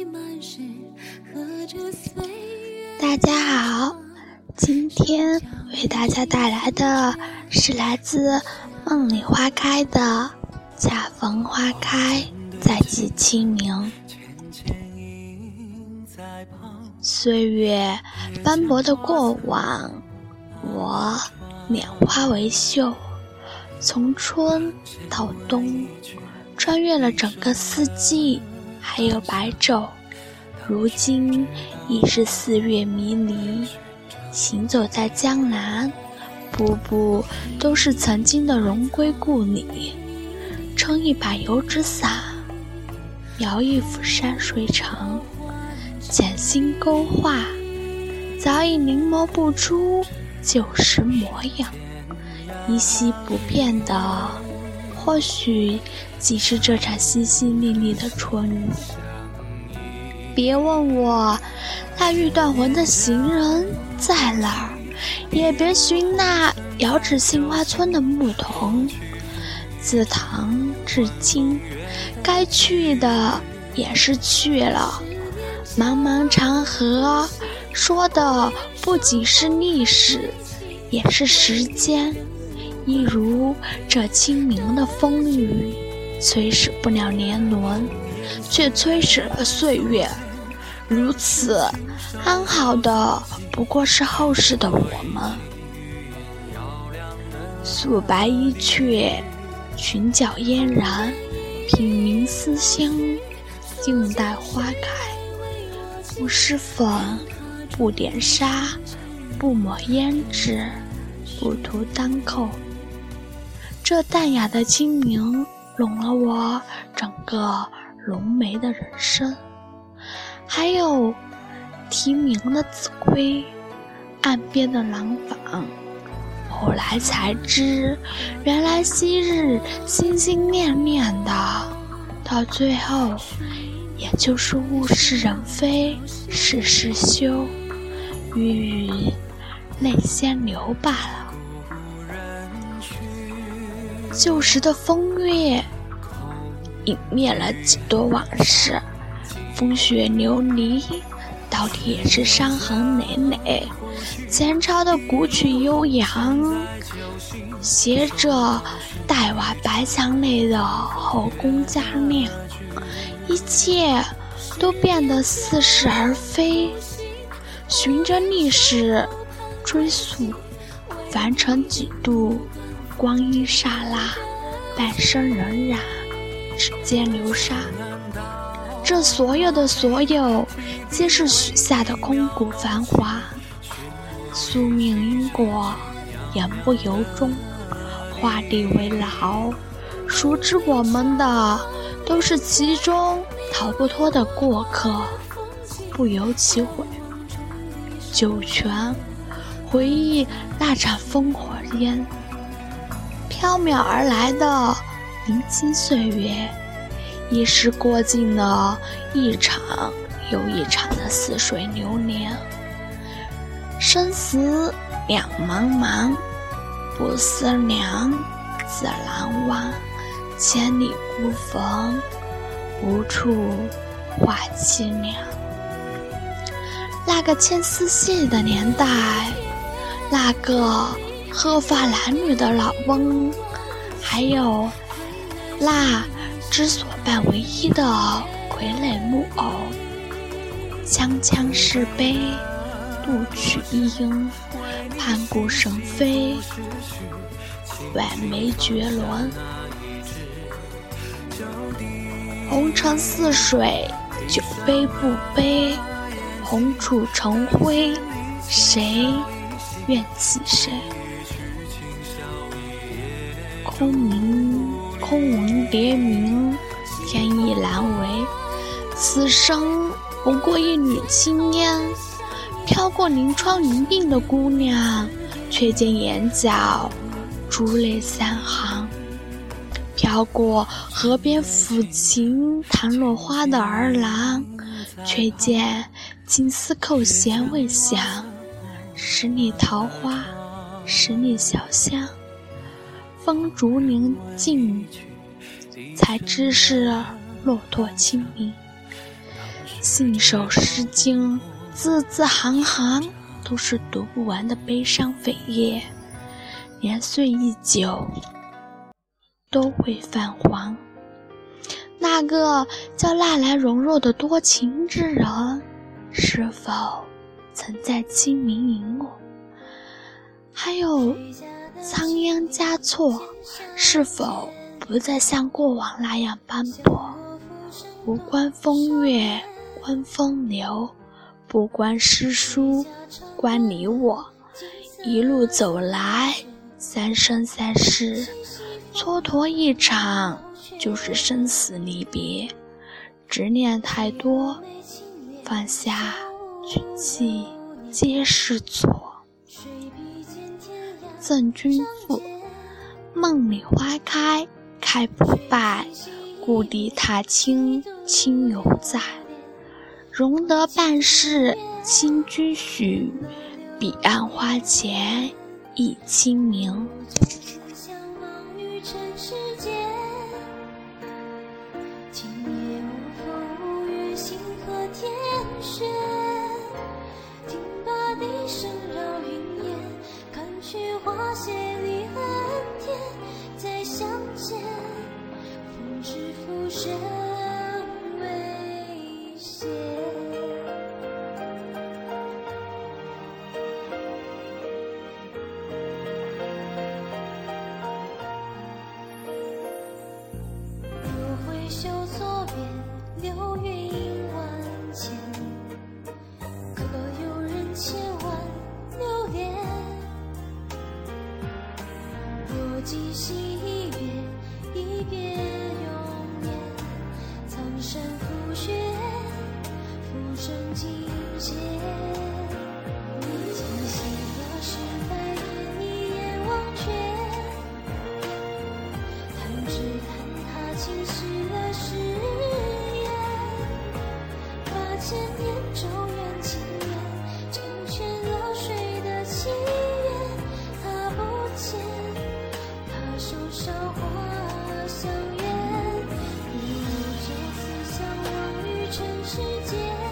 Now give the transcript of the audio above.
大家好，今天为大家带来的是来自梦里花开的恰逢花开再记清明。岁月斑驳的过往，我拈花为秀，从春到冬，穿越了整个四季，还有白昼。如今已是4月迷离，行走在江南，步步都是曾经的荣归故里。撑一把油纸伞，摇一幅山水城，潜心勾画，早已临摹不出旧时模样。依稀不变的，或许即是这场淅淅沥沥的春雨。别问我那欲断魂的行人在哪儿，也别寻那遥指杏花村的牧童。自唐至今，该去的也是去了。茫茫长河，说的不仅是历史，也是时间。一如这清明的风雨，催使不了年轮，却催使了岁月。如此安好的不过是后世的我们。素白衣却，裙角嫣然，品茗思香，静待花开。不施粉，不点纱，不抹胭脂，不涂丹蔻。这淡雅的清明，拢了我整个浓眉的人生。还有啼鸣的子规，岸边的廊坊，后来才知，原来昔日心心念念的，到最后也就是物是人非，事事休，欲语泪先流罢了。旧时的风月，泯灭了几多往事。风雪流离，到底也是伤痕累累。前朝的古曲悠扬，携着黛瓦白墙内的后宫佳酿，一切都变得似是而非。循着历史追溯，凡尘几度，光阴刹那，半生荏苒，指尖流沙。这所有的所有，皆是许下的空谷繁华。宿命因果，言不由衷，画地为牢。熟知我们的，都是其中逃不脱的过客，不由其毁。酒泉，回忆那场烽火烟，缥缈而来的年轻岁月，已是过尽了一场又一场的似水流年。生死两茫茫，不思量，自难忘。千里孤坟，无处话凄凉。那个牵丝线的年代，那个鹤发男女的老翁，还有那只所伴唯一的傀儡木偶，锵锵是悲，杜曲一莺，盘古神飞，挽眉绝伦。红尘似水，酒杯不杯，红处成灰，谁愿弃谁？空闻蝶鸣，天意难违。此生不过一缕青烟，飘过临窗临鬓的姑娘，却见眼角珠泪三行。飘过河边抚琴弹落花的儿郎，却见金丝扣弦未响。十里桃花，十里小香，风烛临近，才知是骆驼清明。 信手诗经，字字行行都是读不完的悲伤扉页，年岁一久都会泛黄。那个叫纳兰容若的多情之人，是否曾在清明迎我？还有仓央嘉措，是否不再像过往那样斑驳？无关风月，观风流，不关诗书，观你我。一路走来，三生三世，蹉跎一场就是生死离别。执念太多，放下举弃皆是错。赠君赋，梦里花开，开不败，故地踏青，亲犹在。容得半世亲君许，彼岸花前一清明。 花谢离恨天，再相见，风知浮生未歇。若挥袖作别，流云万千，可有人千万留恋？若今夕一别，一别永年，苍山覆雪，浮生尽歇。今夕了时代人一眼忘却，弹指弹他轻许了誓言，把千年咒怨情缘，成全了谁的祈愿？他不见，手上花相约，一路就此相忘于尘世间。